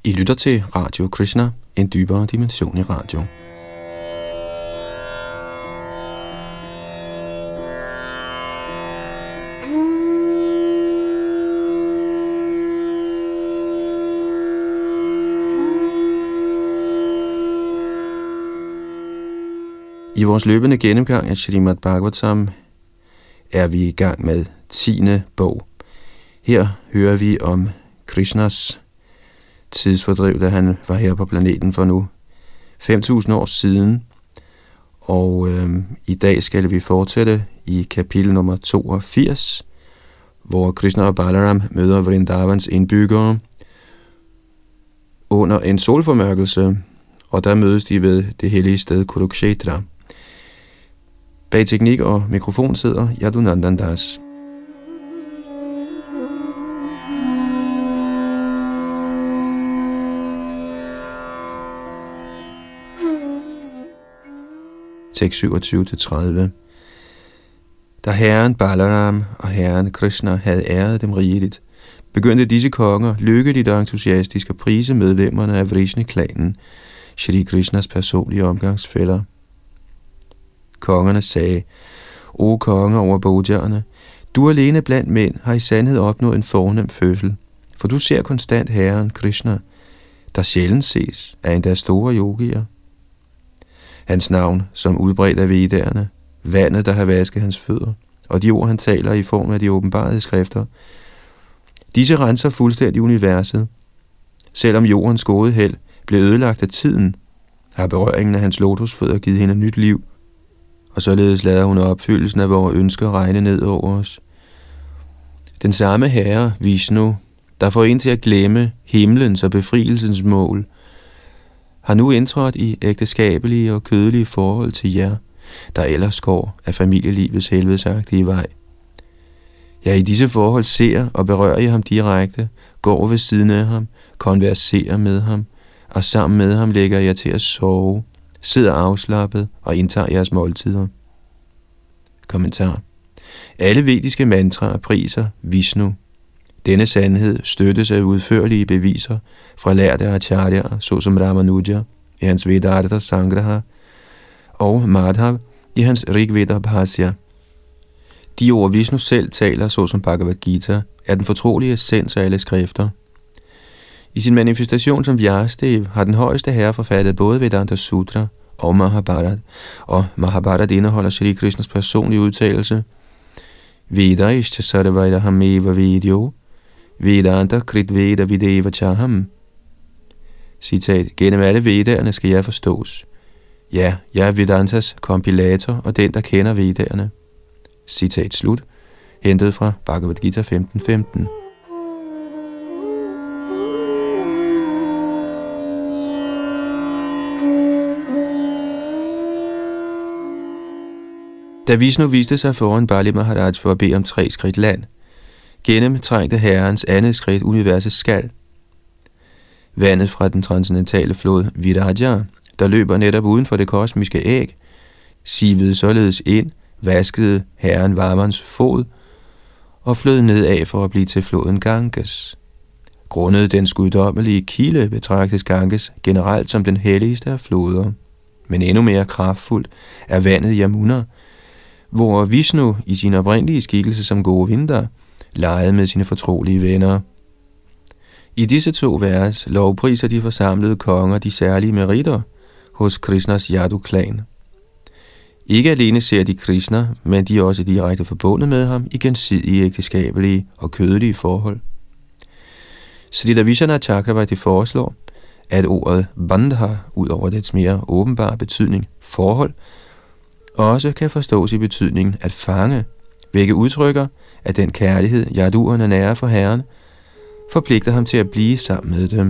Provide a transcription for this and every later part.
I lytter til Radio Krishna, en dybere dimension i radio. I vores løbende gennemgang af Srimad Bhagavatam er vi i gang med 10. bog. Her hører vi om Krishnas tidsfordriv, da han var her på planeten for nu 5.000 år siden. Og i dag skal vi fortsætte i kapitel nummer 82, hvor Krishna og Balaram møder Vrindavans indbyggere under en solformørkelse, og der mødes de ved det hellige sted Kurukshetra. Bag teknik og mikrofon sidder Yadunandan Das. Tekst 27-30. Da herren Balaram og herren Krishna havde æret dem rigeligt, begyndte disse konger lykkeligt og entusiastisk at prise medlemmerne af Vrishni-klanen, Shri Krishnas personlige omgangsfæller. Kongerne sagde: O konge over bodjerne, du alene blandt mænd har i sandhed opnået en fornem fødsel, for du ser konstant herren Krishna, der sjældent ses af endda store yogier. Hans navn, som udbredt af vedderne, vandet, der har vasket hans fødder, og de ord, han taler i form af de åbenbarede skrifter, disse renser fuldstændig universet. Selvom jordens gode held blev ødelagt af tiden, har berøringen af hans lotusfødder givet hende nyt liv, og således lader hun opfyldelsen af vores ønsker regne ned over os. Den samme herre, Vishnu, der får en til at glemme himlens og befrielsens mål, har nu indtrådt i ægteskabelige og kødelige forhold til jer, der ellers går af familielivets helvedesagtige vej. Ja, i disse forhold ser og berører jeg ham direkte, går ved siden af ham, konverserer med ham, og sammen med ham lægger jeg til at sove, sidder afslappet og indtager jeres måltider. Kommentar. Alle vediske mantraer priser Vishnu. Denne sandhed støttes af udførlige beviser fra lærte acharyaer, såsom Ramanuja i hans Vedartha Sangraha og Madhav i hans Rigveda Bhashya. De ord Vishnu selv taler, såsom Bhagavad Gita, er den fortrolige essens af alle skrifter. I sin manifestation som Vyastev har den højeste herre forfattet både Vedanta Sutra og Mahabharat, og Mahabharat indeholder Shri Krishnas personlige udtalelse: Vedaishcha sarvaidaham eva vedyo, Vedanta kritveda videva chaham. Citat: gennem alle vedderne skal jeg forstås. Ja, jeg er Vedantas kompilator og den, der kender vedderne. Citat slut. Hentet fra Bhagavad Gita 15.15. Da Vishnu viste sig foran Bali Maharaj for at bede om 3 skridt land, gennemtrængte herrens andet skridt universets skal. Vandet fra den transcendentale flod Viraja, der løber netop uden for det kosmiske æg, sivede således ind, vaskede herren Vamans fod og flød nedad for at blive til floden Ganges. Grundet den guddommelige kilde betragtes Ganges generelt som den helligste af floder, men endnu mere kraftfuldt er vandet Yamuna, hvor Vishnu i sin oprindelige skikkelse som Govinda legede med sine fortrolige venner. I disse 2 vers lovpriser de forsamlede konger de særlige meritter hos Krishnas Yadu-klan. Ikke alene ser de Krishna, men de er også direkte forbundet med ham i gensidige ægteskabelige og kødelige forhold. Srila Vishana Chakravarti foreslår, at ordet bandha, ud over dets mere åbenbare betydning forhold, også kan forstås i betydningen at fange, hvilket udtrykker, at den kærlighed, yaduerne nærer for herren, forpligter ham til at blive sammen med dem.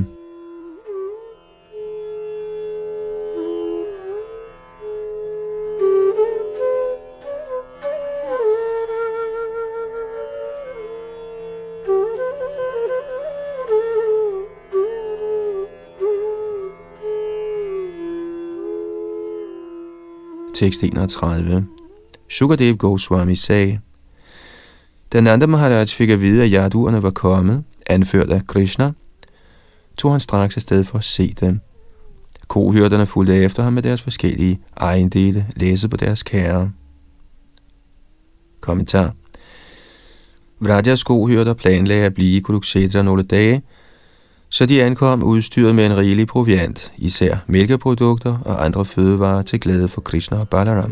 Tekst 31. Shukadev Goswami sagde: Da Nanda Maharaj fik at vide, at yaduerne var kommet, anført af Krishna, tog han straks afsted for at se dem. Kohyrderne fulgte efter ham med deres forskellige ejendele, læsset på deres kære. Kommentar. Vrajas kohyrder planlagde at blive i Kurukshetra nogle dage, så de ankom udstyret med en rigelig proviant, især mælkeprodukter og andre fødevarer til glæde for Krishna og Balaram.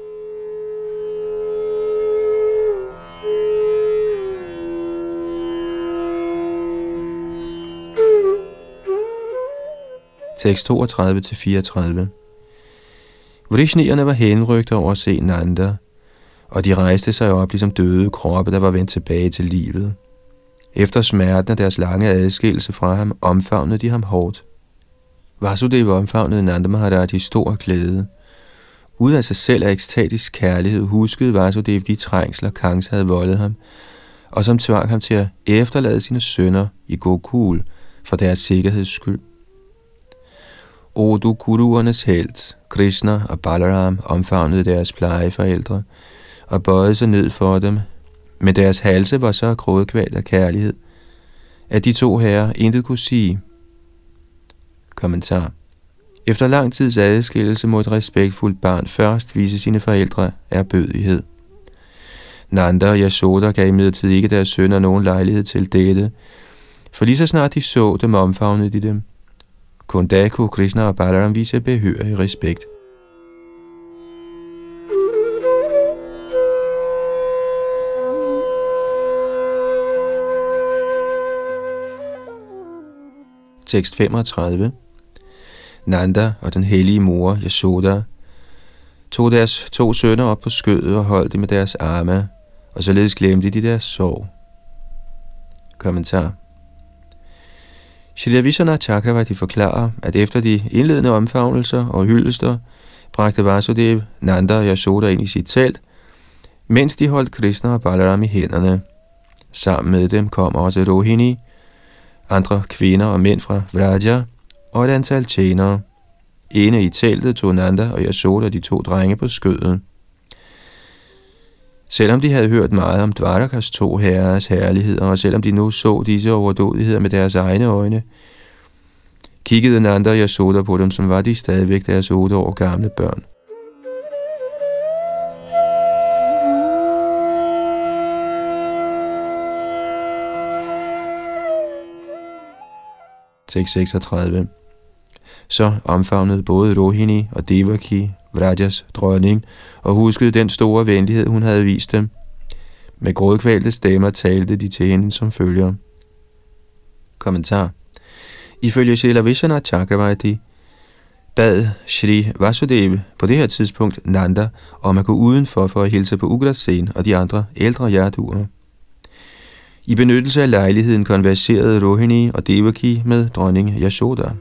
Tekst 32-34. Vrishnierne var henrygte over at se Nanda, og de rejste sig op ligesom døde kroppe, der var vendt tilbage til livet. Efter smerten af deres lange adskillelse fra ham, omfavnede de ham hårdt. Vasudeva omfavnede Nanda Maharaj i stor glæde. Ud af sig selv af ekstatisk kærlighed huskede Vasudeva de trængsler, Kansa havde voldet ham, og som tvang ham til at efterlade sine sønner i Gokul for deres sikkerheds skyld. O du kuruernes helt, Krishna og Balaram omfavnede deres plejeforældre og bøjede sig ned for dem, men deres halse var så grådkvalt af kærlighed, at de to herrer intet kunne sige. Kommentar. Efter lang tids adskillelse må et respektfuldt barn først vise sine forældre ærbødighed. Nanda og Yashoda gav imidlertid ikke deres sønner nogen lejlighed til dette, for lige så snart de så dem, omfavnede de dem. Kun da kunne Krishna og Balaram vise behørig respekt. Tekst 35. Nanda og den hellige mor Yashoda tog deres to sønner op på skødet og holdt dem med deres arme, og således glemte de deres sorg. Kommentar. Shri Vishwanath Chakravarti forklarer, at efter de indledende omfavnelser og hyldester, bragte Vasudeva Nanda og Yashoda ind i sit telt, mens de holdt Krishna og Balaram i hænderne. Sammen med dem kom også Rohini, andre kvinder og mænd fra Vraja og et antal tjenere. Inde i teltet tog Nanda og Yashoda de to drenge på skødet. Selvom de havde hørt meget om Dvarakas to herres herligheder, og selvom de nu så disse overdådigheder med deres egne øjne, kiggede Nanda og Yashoda på dem, som var de stadigvæk deres 8 år gamle børn. Tekst 36. Så omfavnede både Rohini og Devaki Vrajas dronning og huskede den store venlighed, hun havde vist dem. Med grådkvalte stemmer talte de til hende som følger. Kommentar. Ifølge Srila Vishwanath Chakravarti bad Shri Vasudeva på det her tidspunkt Nanda om at gå udenfor for at hilse på Ugrasen og de andre ældre yaduer. I benyttelse af lejligheden konverserede Rohini og Devaki med dronning Yashoda.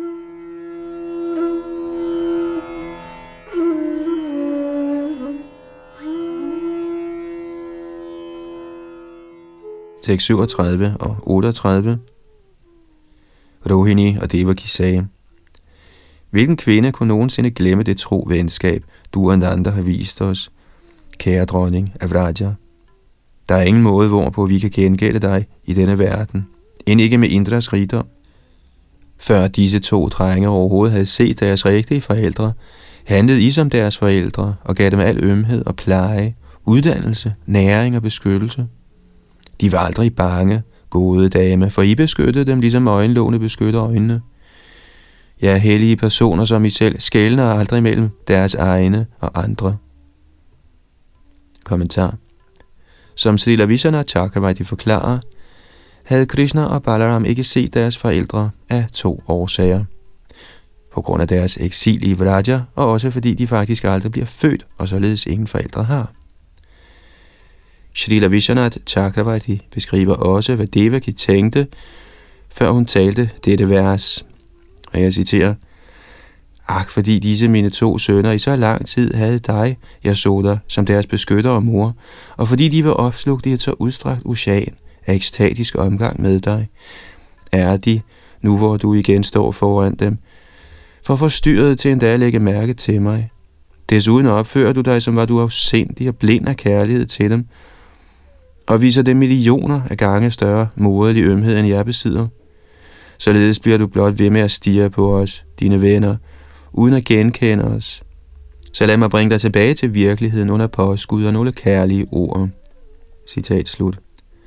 Tekst 37 og 38. Rohini og Devaki sagde: Hvilken kvinde kunne nogensinde glemme det tro venskab, du og Nanda har vist os, kære dronning af Vraja? Der er ingen måde, hvorpå vi kan gengælde dig i denne verden, end ikke med Indras rigdom. Før disse to drenge overhovedet havde set deres rigtige forældre, handlede I som deres forældre og gav dem al ømhed og pleje, uddannelse, næring og beskyttelse. De var aldrig bange, gode dame, for I beskyttede dem, ligesom øjenlågene beskytter øjnene. Ja, hellige personer som I selv skelner aldrig mellem deres egne og andre. Kommentar. Som Srila Vishwanath Chakravarti forklarer, havde Krishna og Balaram ikke set deres forældre af 2 årsager. På grund af deres eksil i Vraja, og også fordi de faktisk aldrig bliver født, og således ingen forældre har. Srila Vishwanath Chakravarti beskriver også, hvad Devaki tænkte, før hun talte dette vers. Og jeg citerer: Ak, fordi disse mine 2 sønner i så lang tid havde dig, Yashoda, som deres beskytter og mor, og fordi de var opslugt i et så udstrakt ocean af ekstatisk omgang med dig, er de, nu hvor du igen står foran dem, for forstyrret til endda at lægge mærke til mig. Desuden opfører du dig, som var du afsindig og blind af kærlighed til dem, og viser dem millioner af gange større moderlig ømhed, end jeg besidder. Således bliver du blot ved med at stirre på os, dine venner, uden at genkende os. Så lad mig bringe dig tilbage til virkeligheden under påskud og nogle kærlige ord. Citat slut.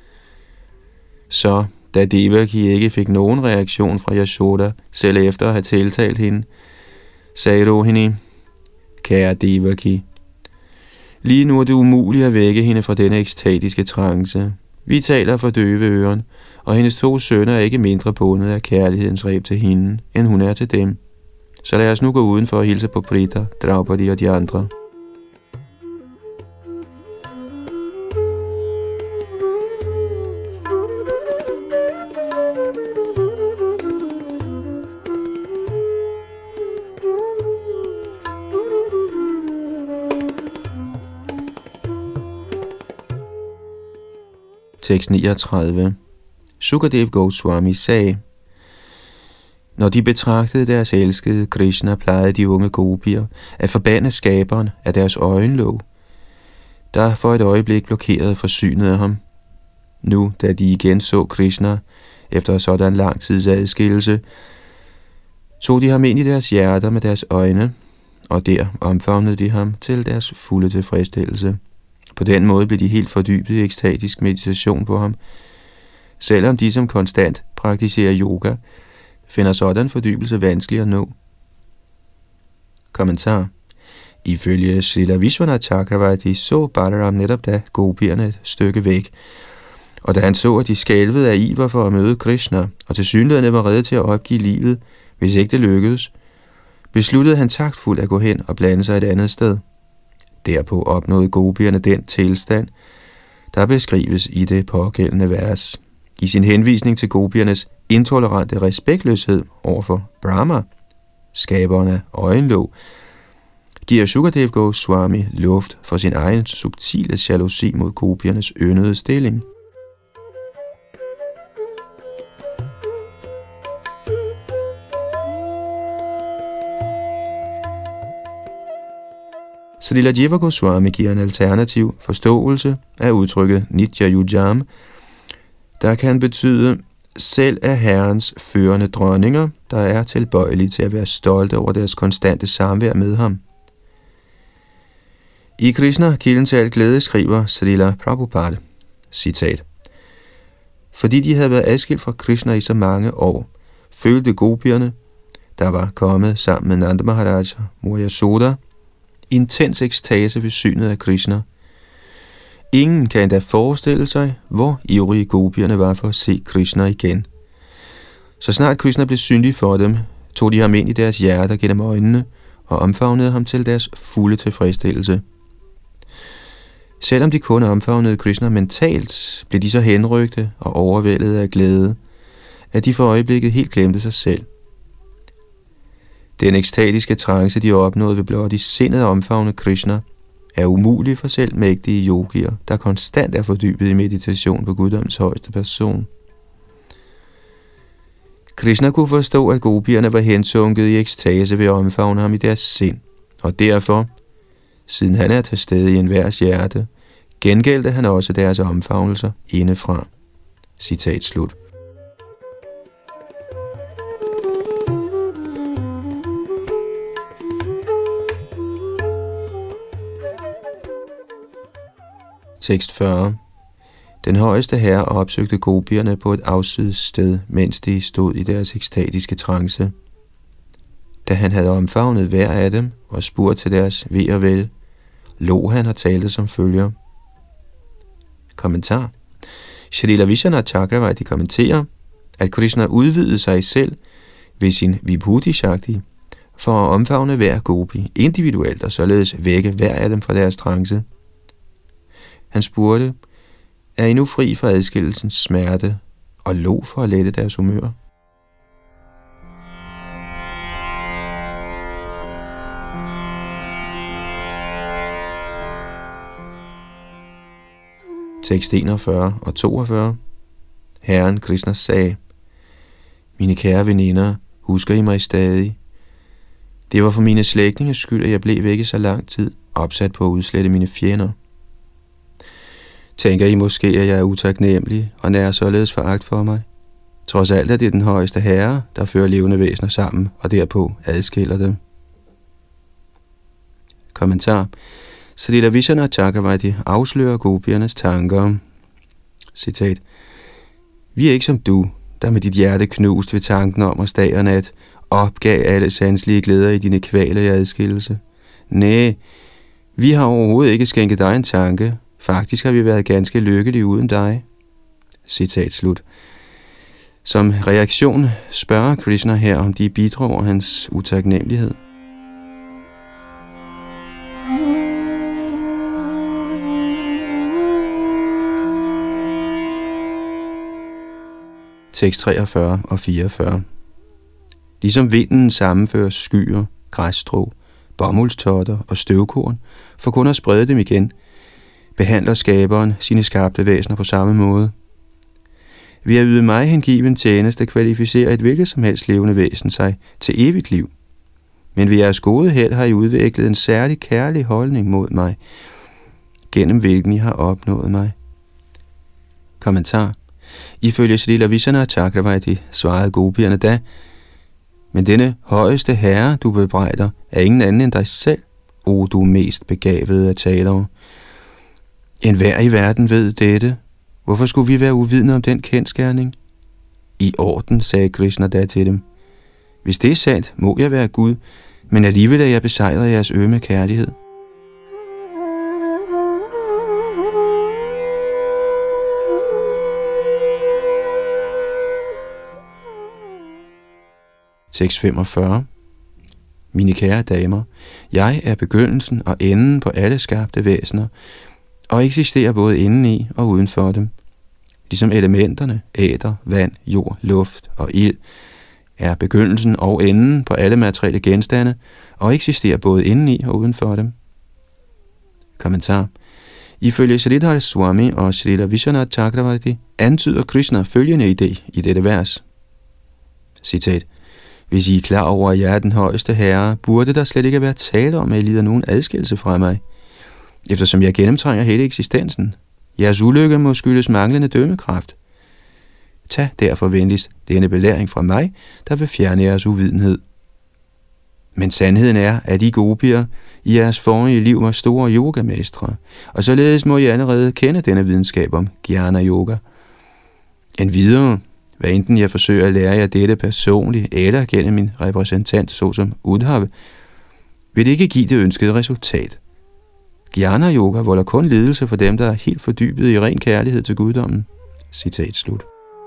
Så, da Devaki ikke fik nogen reaktion fra Yashoda, selv efter at have tiltalt hende, sagde Rohini: Kære Devaki, lige nu er det umuligt at vække hende fra denne ekstatiske trance. Vi taler for døve øren, og hendes 2 sønner er ikke mindre bundet af kærlighedens reb til hende, end hun er til dem. Så lad os nu gå udenfor og hilse på Prita, Draupadi og de andre. Tekst 39. Sukadev Goswami sagde: Når de betragtede deres elskede Krishna, plejede de unge gopier at forbande skaberen af deres øjenlåg, der for et øjeblik blokerede for synet af ham. Nu, da de igen så Krishna efter sådan lang tids adskillelse, tog de ham ind i deres hjerter med deres øjne, og der omfavnede de ham til deres fulde tilfredsstillelse. På den måde blev de helt fordybet i ekstatisk meditation på ham, selvom de som konstant praktiserer yoga, finder sådan fordybelse vanskelig at nå. Kommentar. Ifølge Srila Vishwanath Chakravarti så Balaram netop da gopierne et stykke væk, og da han så, at de skælvede af iver for at møde Krishna, og tilsyneladende var rede til at opgive livet, hvis ikke det lykkedes, besluttede han taktfuldt at gå hen og blande sig et andet sted. Derpå opnåede gopierne den tilstand, der beskrives i det pågældende vers. I sin henvisning til gopiernes intolerante respektløshed overfor Brahma, skaberen af øjenlåg, giver Sukadev Goswami luft for sin egen subtile jalousi mod gopiernes yndede stilling. Srila Jiva Goswami giver en alternativ forståelse af udtrykket Nitya Yujam, der kan betyde selv af Herrens førende dronninger, der er tilbøjelige til at være stolte over deres konstante samvær med ham. I Krishna, kilden til al glæde, skriver Srila Prabhupada, citat: Fordi de havde været adskilt fra Krishna i så mange år, følte gopierne, der var kommet sammen med Nanda Maharaj og Mor Yasoda, intens ekstase ved synet af Krishna. Ingen kan endda forestille sig, hvor ivrige gopierne var for at se Krishna igen. Så snart Krishna blev synlig for dem, tog de ham ind i deres hjerter gennem øjnene og omfavnede ham til deres fulde tilfredsstillelse. Selvom de kun omfavnede Krishna mentalt, blev de så henrygte og overvældet af glæde, at de for øjeblikket helt glemte sig selv. Den ekstatiske trance, de opnåede ved blot i sindet at omfavne Krishna, er umulig for selv mægtige yogier, der konstant er fordybet i meditation på guddoms højeste person. Krishna kunne forstå, at gopierne var hensunket i ekstase ved at omfavne ham i deres sind, og derfor, siden han er til stede i enhvers hjerte, gengældte han også deres omfavnelser indefra. Citat slut. Tekst 40. Den højeste herre opsøgte gopierne på et afsides sted, mens de stod i deres ekstatiske trance. Da han havde omfavnet hver af dem og spurgt til deres ve og vel, lå han og talte som følger. Kommentar. Srila Vishwanath Chakravarti kommenterer, at Krishna udvidede sig selv ved sin Vibhuti Shakti for at omfavne hver gopi individuelt og således vække hver af dem fra deres trance. Han spurgte, er I nu fri fra adskillelsens smerte, og lå for at lette deres humør? Tekst 41 og 42. Herren Krishna sagde: Mine kære veninder, husker I mig stadig? Det var for mine slægtninges skyld, at jeg blev væk i så lang tid, opsat på at udslette mine fjender. Tænker I måske, at jeg er utaknemmelig og nærer således foragt for mig? Trods alt er det den højeste herre, der fører levende væsener sammen og derpå adskiller dem. Kommentar. Srila Vishwanath Chakravarti afslører gopiernes tanker. Citat. Vi er ikke som du, der med dit hjerte knust ved tanken om os dag og nat, opgav alle sanselige glæder i dine kvaler i adskillelse. Næh, vi har overhovedet ikke skænket dig en tanke. Faktisk har vi været ganske lykkelige uden dig. Citat slut. Som reaktion spørger Krishna her, om de bidrager hans utaknemmelighed. Tekst 43 og 44. Ligesom vinden sammenfører skyer, græsstrå, bomuldstotter og støvkorn, for kun at sprede dem igen, behandler skaberen sine skabte væsener på samme måde. Ved at yde mig hengiven tjeneste kvalificerer et hvilket som helst levende væsen sig til evigt liv. Men ved jeres gode held har I udviklet en særlig kærlig holdning mod mig, gennem hvilken I har opnået mig. Kommentar. Ifølge Srila Vishwanath Chakravarti svarede gopierne da, men denne højeste herre, du bebrejder, er ingen anden end dig selv, o du mest begavede af talere. Enhver i verden ved dette. Hvorfor skulle vi være uvidende om den kendsgerning? I orden, sagde Krishna da til dem. Hvis det er sandt, må jeg være Gud, men alligevel er jeg besejret af jeres ømme kærlighed. Tekst 45. Mine kære damer, jeg er begyndelsen og enden på alle skabte væsener, og eksisterer både indeni og uden for dem. Ligesom elementerne, æter, vand, jord, luft og ild, er begyndelsen og enden på alle materielle genstande, og eksisterer både indeni og uden for dem. Kommentar. Ifølge Sridhar Swami og Srila Vishwanath Chakravarti antyder Krishna følgende idé i dette vers. Citat. Hvis I er klar over, at jeg er den højeste herre, burde der slet ikke være tale om, at I lider nogen adskillelse fra mig, eftersom jeg gennemtrænger hele eksistensen. Jeres ulykke må skyldes manglende dømmekraft. Tag derfor venligst denne belæring fra mig, der vil fjerne jeres uvidenhed. Men sandheden er, at I gopier i jeres forrige liv var store yogamestre, og således må I allerede kende denne videnskab om Jnana Yoga. Endvidere, hvad enten jeg forsøger at lære jer dette personligt eller gennem min repræsentant såsom Uddhav, vil det ikke give det ønskede resultat. Jnana Yoga volder kun lidelse for dem, der er helt fordybet i ren kærlighed til guddommen. Citat slut.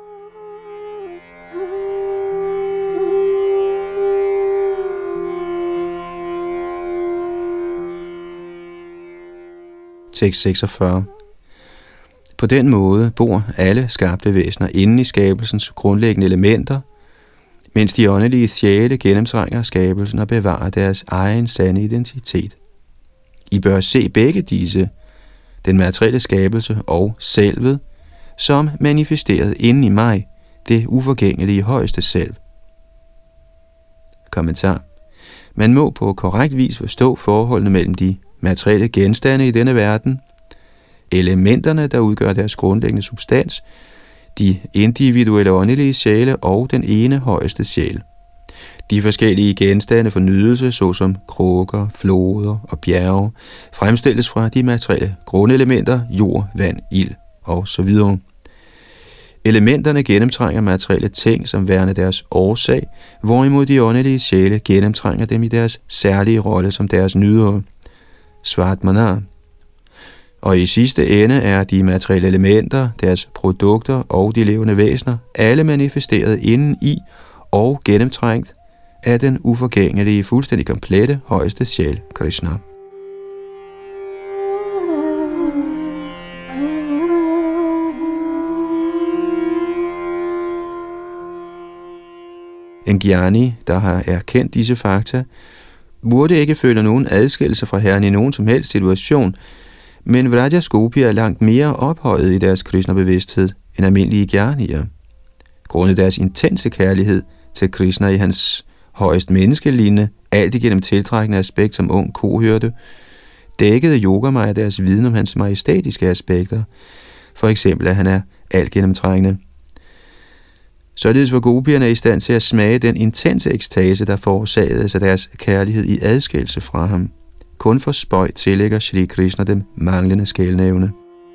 Tekst 46. På den måde bor alle skabte væsener inde i skabelsens grundlæggende elementer, mens de åndelige sjæle gennemtrænger skabelsen og bevarer deres egen sande identitet. I bør se begge disse, den materielle skabelse og selvet, som manifesteret inde i mig, det uforgængelige højeste selv. Kommentar. Man må på korrekt vis forstå forholdene mellem de materielle genstande i denne verden, elementerne, der udgør deres grundlæggende substans, de individuelle åndelige sjæle og den ene højeste sjæl. De forskellige genstande for nydelse, såsom krukker, floder og bjerge, fremstilles fra de materielle grundelementer, jord, vand, ild osv. Elementerne gennemtrænger materielle ting som værende deres årsag, hvorimod de åndelige sjæle gennemtrænger dem i deres særlige rolle som deres nydere, Svatmana. Og i sidste ende er de materielle elementer, deres produkter og de levende væsener, alle manifesteret inden i og gennemtrængt af den uforgængelige, fuldstændig komplette højeste sjæl, Krishna. En jnani, der har erkendt disse fakta, burde ikke føle nogen adskillelse fra Herren i nogen som helst situation, men Vrajas gopier er langt mere ophøjet i deres Krishna-bevidsthed end almindelige jnanier. Grundet deres intense kærlighed til Krishna i hans højst menneskelignende, alt igennem tiltrækkende aspekt som ung kohørte, dækkede Yogamaya deres viden om hans majestætiske aspekter, for eksempel at han er alt gennemtrængende. Således var gopierne i stand til at smage den intense ekstase, der forårsagedes af deres kærlighed i adskillelse fra ham. Kun for spøj tillægger Shri Krishna dem manglende skælnævne.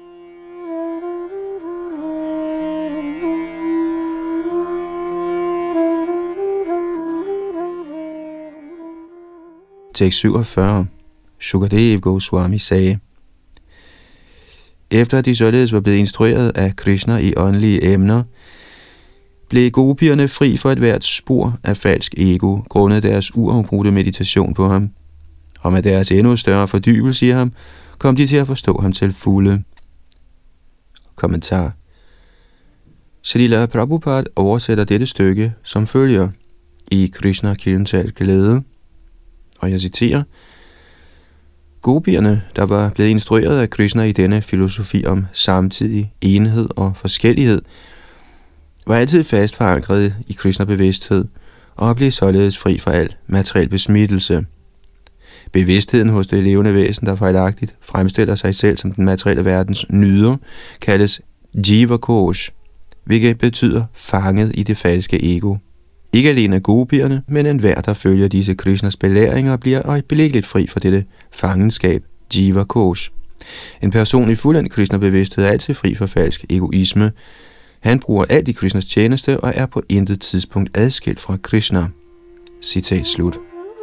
Tekst 47. Shukadev Goswami sagde: efter at de således var blevet instrueret af Krishna i åndelige emner, blev gopierne fri for et hvert spor af falsk ego, grundet deres uafbrudte meditation på ham. Og med deres endnu større fordybelse i ham, kom de til at forstå ham til fulde. Kommentar. Srila Prabhupada oversætter dette stykke som følger i Krishna Kirtan Glæde, og jeg citerer: gopierne, der var blevet instrueret af Krishna i denne filosofi om samtidig enhed og forskellighed, var altid fast forankret i Krishna-bevidsthed og blev således fri for al materiel besmittelse. Bevidstheden hos det levende væsen, der fejlagtigt fremstiller sig selv som den materielle verdens nyder, kaldes Jiva Kosh, hvilket betyder fanget i det falske ego. Ikke alene gopierne, men enhver, der følger disse Krishnas belæringer, bliver øjeblikkeligt fri for dette fangenskab, Jiva Kosh. En person i fuldendt Krishna-bevidsthed er altid fri for falsk egoisme. Han bruger alt i Krishnas tjeneste og er på intet tidspunkt adskilt fra Krishna. Citat slut.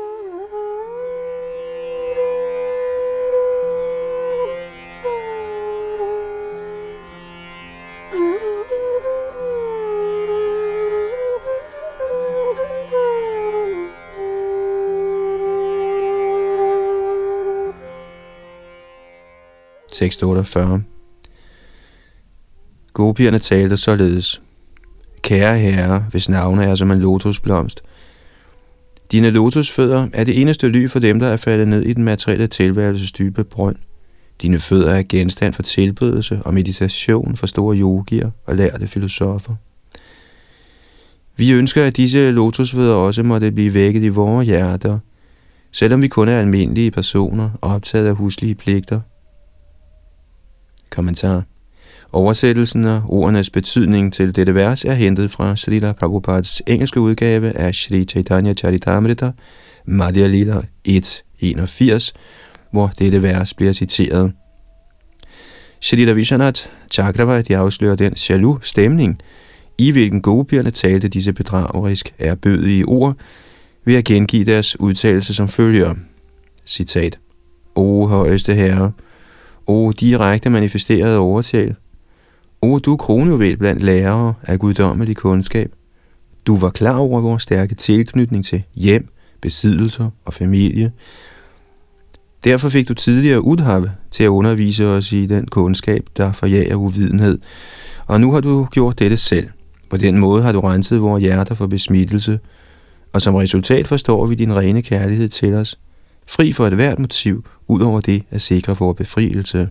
Tekst 48. Gopierne talte således: kære herre, hvis navne er som en lotusblomst. Dine lotusfødder er det eneste ly for dem, der er faldet ned i den materielle tilværelses dybe brønd. Dine fødder er genstand for tilbedelse og meditation for store yogier og lærte filosofer. Vi ønsker, at disse lotusfødder også måtte blive vækket i vores hjerter, selvom vi kun er almindelige personer og optaget af huslige pligter. Kommentar. Oversættelsen og ordenes betydning til dette vers er hentet fra Srila Prabhupads engelske udgave af Shri Chaitanya Charitamrita, Madhya Lila 1.81, hvor dette vers bliver citeret. Shrila Vishwanath Chakravarti afslører den jaloux stemning, i hvilken gopierne talte disse bedragerisk ærbødige ord, ved at gengive deres udtalelse som følger. Citat. O højeste herre, o direkte manifesteret overtal, o du kronjuvel blandt lærere af guddommelig kundskab. Du var klar over vores stærke tilknytning til hjem, besiddelser og familie. Derfor fik du tidligere Udhava til at undervise os i den kundskab, der forjager uvidenhed, og nu har du gjort dette selv. På den måde har du renset vores hjerter for besmittelse, og som resultat forstår vi din rene kærlighed til os, fri for et hvert motiv, ud over det at sikre vores befrielse.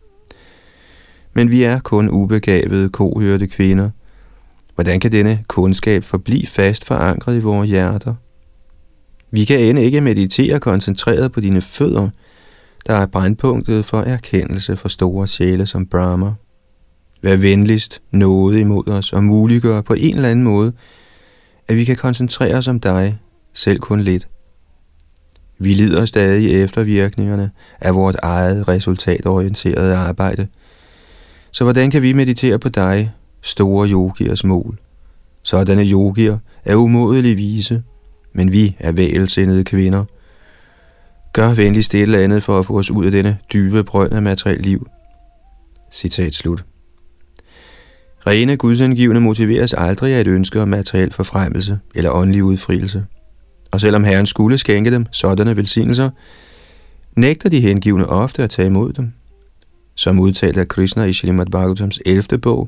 Men vi er kun ubegavede, kohørte kvinder. Hvordan kan denne kundskab forblive fast forankret i vores hjerter? Vi kan end ikke meditere koncentreret på dine fødder, der er brandpunktet for erkendelse for store sjæle som Brahma. Vær venligst nåde imod os og muliggør på en eller anden måde, at vi kan koncentrere os om dig, selv kun lidt. Vi lider stadig eftervirkningerne af vores eget resultatorienterede arbejde. Så hvordan kan vi meditere på dig, store yogiers mål? Sådanne yogier er umådeligt vise, men vi er vælsindede kvinder. Gør venligst et eller andet for at få os ud af denne dybe brønd af materielt liv. Citat slut. Rene gudsindgivne motiveres aldrig af et ønske om materiel forfremmelse eller åndelig udfrielse. Og selvom Herren skulle skænke dem sådanne velsignelser, nægter de hengivne ofte at tage imod dem. Som udtalt af Krishna i Srimad Bhagavatams 11. bog,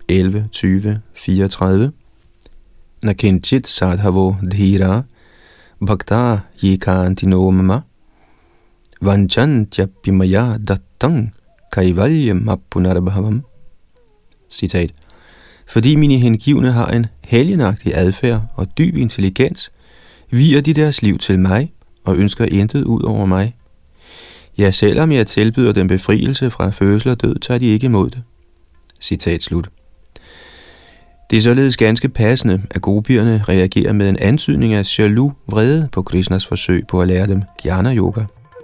11.20.34. Nakinchit sadhavo dhira bhakta yekantino mama vanchantya pimaya dattang kaivalyam appunarbhavam. Citat. Fordi mine hengivne har en helgenagtig adfærd og dyb intelligens, viger de deres liv til mig og ønsker intet ud over mig. Ja, selvom jeg tilbyder dem befrielse fra fødsel og død, tager de ikke imod det. Citat slut. Det er således ganske passende, at gopierne reagerer med en antydning af jaloux vrede på Krishnas forsøg på at lære dem Jnana Yoga.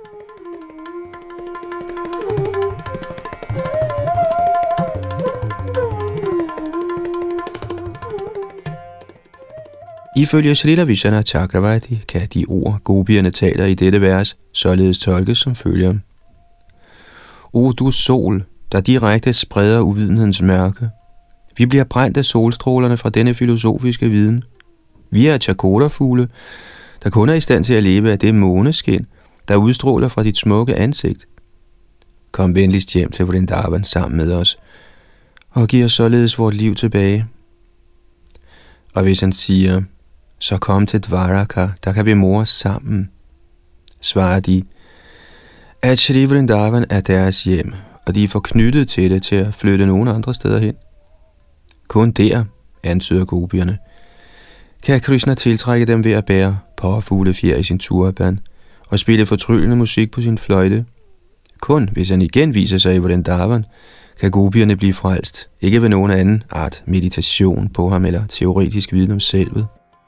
Ifølge Srila Vishwanath Chakravarti kan de ord, gopierne taler i dette vers, således tolkes som følger. O du sol, der direkte spreder uvidenhedens mørke. Vi bliver brændt af solstrålerne fra denne filosofiske viden. Vi er chakorafugle, der kun er i stand til at leve af det måneskin, der udstråler fra dit smukke ansigt. Kom venligst hjem til Vrindavan sammen med os, og giv os således vort liv tilbage. Og hvis han siger, så kom til Dvaraka, der kan vi more sammen, svarer de, at Shri Vrindavan er deres hjem, og de er forknyttet til det til at flytte nogen andre steder hen. Kun der, antyder gopierne, kan Krishna tiltrække dem ved at bære påfuglefjer i sin turban og spille fortryllende musik på sin fløjte. Kun hvis han igen viser sig i Vrindavan, kan gopierne blive frelst, ikke ved nogen anden art meditation på ham eller teoretisk viden om selvet.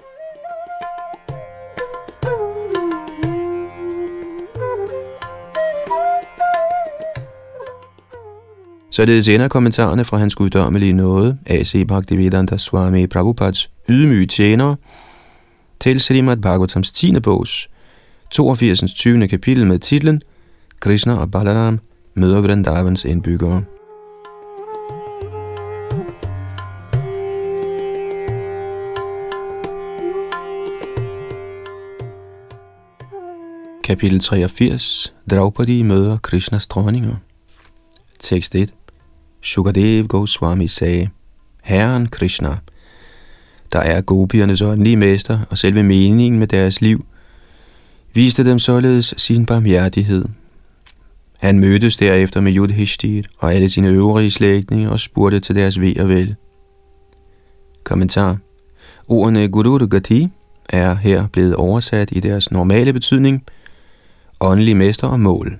Således ender kommentarerne fra hans guddommelige nåde, A.C. Bhaktivedanta Swami Prabhupads ydmyge tjenere, til Srimad Bhagavatams 10. bogs 82. 20. kapitel med titlen Krishna og Balaram møder Vrindavans indbyggere. Kapitel 83. Draupadi møder Krishnas dronninger. Tekst 1. Shukadev Goswami sagde, Herren Krishna, der er gopiernes åndelige mester og selve meningen med deres liv, viste dem således sin barmhjertighed. Han mødtes derefter med Yudhishthir og alle sine øvrige slægtninge og spurgte til deres ve og vel. Kommentar. Ordene Guru Gati er her blevet oversat i deres normale betydning, åndelig mester og mål.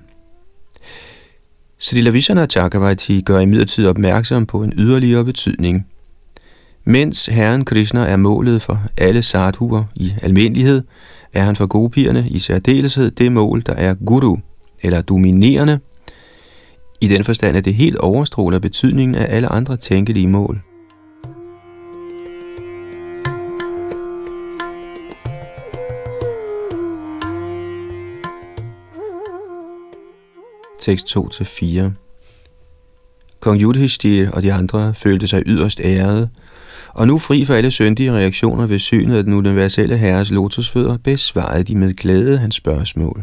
Srila Vishwanath Chakravarti gør imidlertid opmærksom på en yderligere betydning. Mens Herren Krishna er målet for alle sadhuer i almindelighed, er han for gopierne i særdeleshed det mål, der er guru, eller dominerende, i den forstand, at det helt overstråler betydningen af alle andre tænkelige mål. Tekst 2-4. Kong Yudhishthir og de andre følte sig yderst ærede, og nu fri for alle syndige reaktioner ved synet af den universelle herres lotusfødder, besvarede de med glæde hans spørgsmål.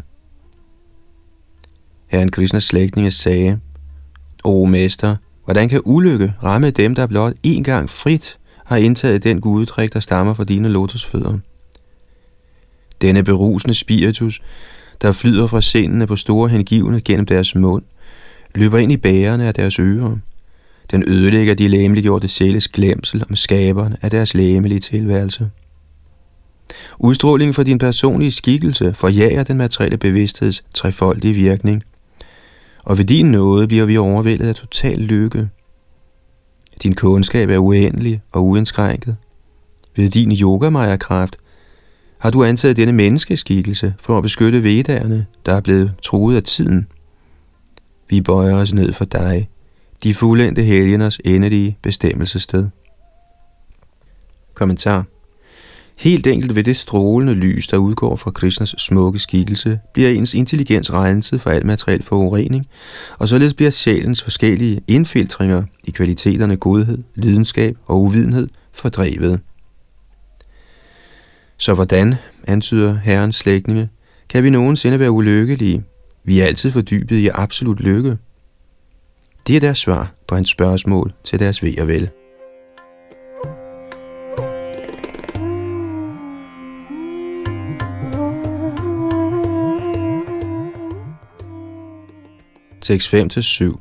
Herren Krishnas slægtninge sagde, O mester, hvordan kan ulykke ramme dem, der blot en gang frit har indtaget den gudedrik, der stammer fra dine lotusfødder? Denne berusende spiritus, der flyder fra sindene på store hengivne gennem deres mund, løber ind i bærerne af deres ører. Den ødelægger de legemliggjorte sjæles glemsel om skaberen af deres legemelige tilværelse. Udstrålingen fra din personlige skikkelse forjager den materielle bevidstheds trefoldige virkning, og ved din nåde bliver vi overvældet af total lykke. Din kundskab er uendelig og uindskrænket. Ved din yogamaya-kraft har du antaget denne menneskeskikkelse for at beskytte vedderne, der er blevet truet af tiden. Vi bøjer os ned for dig, de fuldendte helgeners endelige bestemmelsessted. Kommentar. Helt enkelt ved det strålende lys, der udgår fra Krishnas smukke skikkelse, bliver ens intelligens renset for al materiel forurening, og således bliver sjælens forskellige indfiltringer i kvaliteterne godhed, lidenskab og uvidenhed fordrevet. Så hvordan, antyder herrens slægtninge, kan vi nogensinde være ulykkelige? Vi er altid fordybet i absolut lykke. Det er deres svar på hans spørgsmål til deres ve og vel. Tekst 5-7.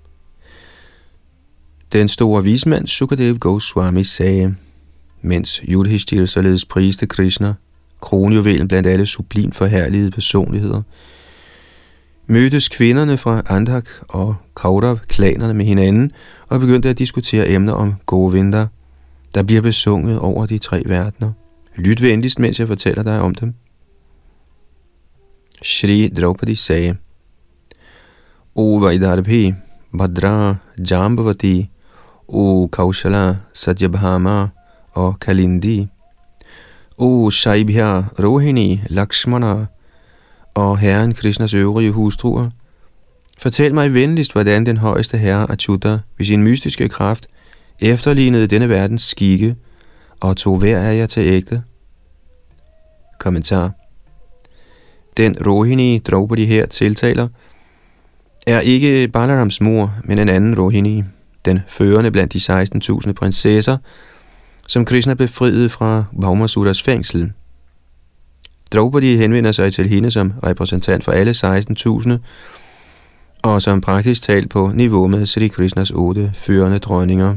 Den store vismand Sukadev Goswami sagde, mens Yudhishthir således priste Krishna, kronjuvelen blandt alle sublimt forherligede personligheder, mødtes kvinderne fra Andhak og Kaurav-klanerne med hinanden og begyndte at diskutere emner om Govinda, der bliver besunget over de 3 verdener. Lyt venligst, mens jeg fortæller dig om dem. Shri Draupadi sagde: O Vaidarbhi, Bhadra, Jambavati, O Kaushala, Satyabhama og Kalindi, O Shaibhya, Rohini, Lakshmana og herren Krishnas øvrige hustruer, fortæl mig venligst, hvordan den højeste herre Achyuta ved sin mystiske kraft efterlignede denne verdens skikke og tog hver af jer til ægte. Kommentar. Den Rohini, Draupadi her tiltaler, er ikke Balarams mor, men en anden Rohini, den førende blandt de 16.000 prinsesser, som Krishna befriede fra Bhaumasuras fængsel. Draupadi henvender sig til hende som repræsentant for alle 16.000, og som praktisk talt på niveau med Sri Krishnas 8 førende dronninger.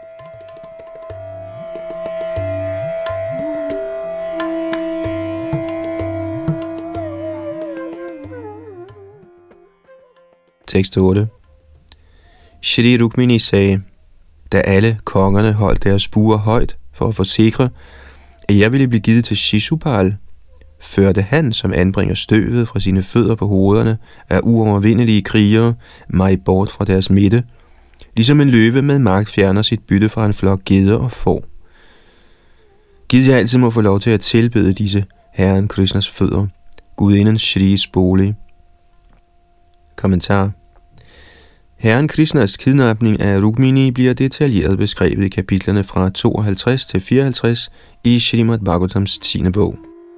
Tekst 8. Shri Rukmini sagde: da alle kongerne holdt deres buer højt for at forsikre, at jeg ville blive givet til Shishupal, førte han, som anbringer støvet fra sine fødder på hovederne af uovervindelige krigere, mig bort fra deres midte, ligesom en løve med magt fjerner sit bytte fra en flok geder og får. Gid jeg altid må få lov til at tilbede disse herren Krishnas fødder, gudinden Shris bolig. Kommentar. Herren Krishnas kidnapning af Rukmini bliver detaljeret beskrevet i kapitlerne fra 52 til 54 i Srimad Bhagavatams 10. bog.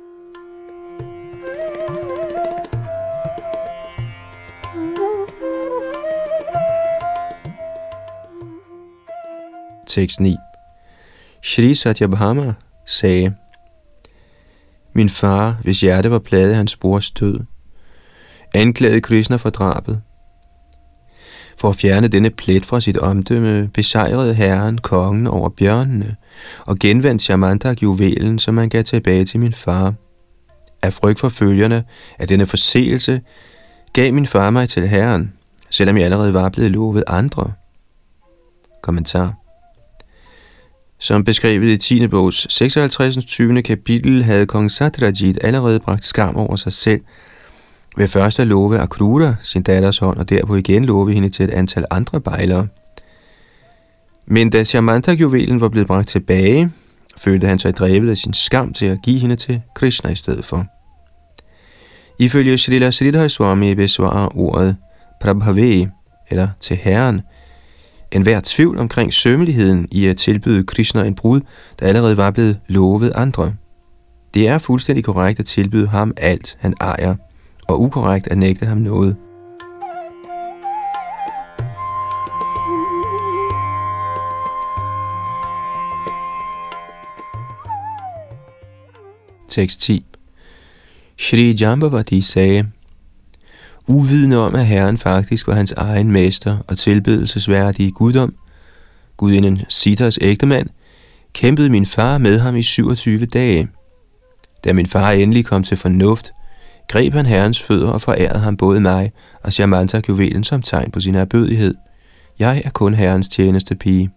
Tekst 9. Shri Satyabhama sagde: min far, hvis hjerte var plaget af hans brors død, anklagede Krishna for drabet. For at fjerne denne plet fra sit omdømme, besejrede herren kongen over bjørnene og genvandt Shamantak-juvelen, som han gav tilbage til min far. Af frygt for følgerne af denne forseelse gav min far mig til herren, selvom jeg allerede var blevet lovet andre. Kommentar. Som beskrevet i 10. bogs 56. 20. kapitel havde kong Satyajit allerede bragt skam over sig selv ved først at love Akrura, sin datters hånd, og derpå igen love hende til et antal andre bejlere. Men da Shamantak-juvelen var blevet bragt tilbage, følte han sig drevet af sin skam til at give hende til Krishna i stedet for. Ifølge Srila Sridhar Swami besvarer ordet Prabhave, eller til herren, enhver tvivl omkring sømmeligheden i at tilbyde Krishna en brud, der allerede var blevet lovet andre. Det er fuldstændig korrekt at tilbyde ham alt, han ejer, og ukorrekt at nægte ham noget. Tekst 10. Shri Jambavati sagde: uvidende om, at herren faktisk var hans egen mester og tilbedelsesværdige guddom, gudinden Sitas ægtemand, kæmpede min far med ham i 27 dage. Da min far endelig kom til fornuft, greb han herrens fødder og forærede ham både mig og Shamantak-juvelen som tegn på sin ærbødighed. Jeg er kun herrens tjenestepige.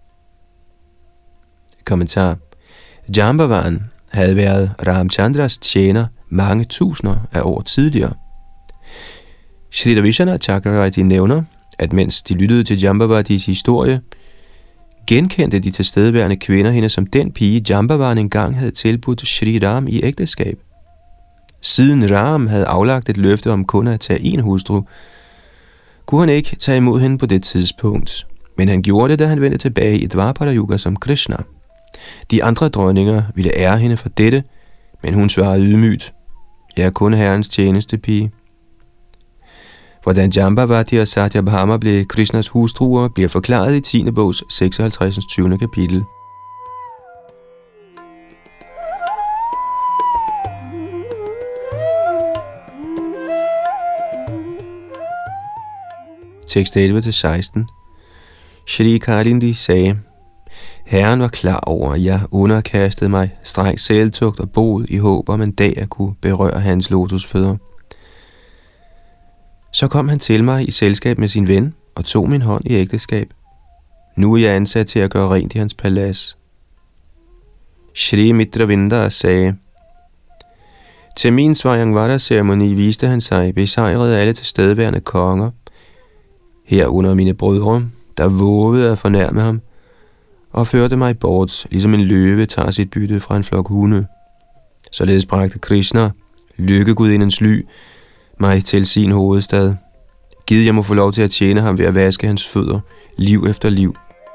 Kommentar. Jambavan havde været Ramchandras tjener mange tusinder af år tidligere. Shrita Vishwanath Chakravarti nævner, at mens de lyttede til Jambavatis historie, genkendte de tilstedeværende kvinder hende som den pige, Jambavan engang havde tilbudt Shri Ram i ægteskab. Siden Ram havde aflagt et løfte om kun at tage en hustru, kunne han ikke tage imod hende på det tidspunkt, men han gjorde det, da han vendte tilbage i Dvapara Yuga som Krishna. De andre dronninger ville ære hende for dette, men hun svarede ydmygt: jeg er kun herrens tjenestepige. Hvordan Jambavati og Satyabhama blev Krishnas hustruer, bliver forklaret i 10. bogs 56. 20. kapitel. Tekst 11-16. Shri Kalindi sagde: herren var klar over, at jeg underkastede mig streng selvtugt og bod i håb om en dag at kunne berøre hans lotusfødder. Så kom han til mig i selskab med sin ven og tog min hånd i ægteskab. Nu er jeg ansat til at gøre rent i hans palads. Shri Mitravinda sagde: til min Svayamvara-ceremoni viste han sig, besejrede alle tilstedeværende konger, herunder mine brødre, der vågede at fornærme ham, og førte mig bort, ligesom en løve tager sit bytte fra en flok hunde. Således bragte Krishna, lykkegudindens ly, mig til sin hovedstad. Gid jeg må få lov til at tjene ham ved at vaske hans fødder, liv efter liv.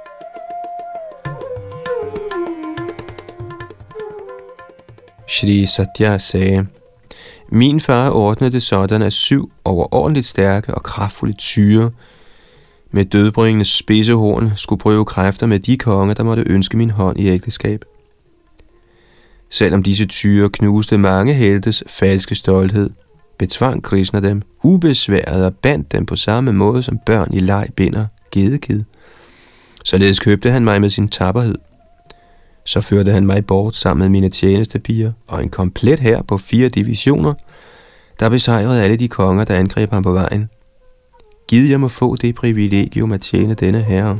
Shri Satya sagde: min far ordnede det sådan, at 7 overordentligt stærke og kraftfulde tyre med dødbringende spidsehorn skulle prøve kræfter med de konger, der måtte ønske min hånd i ægteskab. Selvom disse tyre knuste mange heltes falske stolthed, betvang Krishna dem ubesværet og bandt dem på samme måde, som børn i leg binder gedekid. Således købte han mig med sin tapperhed. Så førte han mig bort sammen med mine tjenestepiger og en komplet hær på 4 divisioner, der besejrede alle de konger, der angreb ham på vejen. Gid jeg må få det privilegium at tjene denne herre.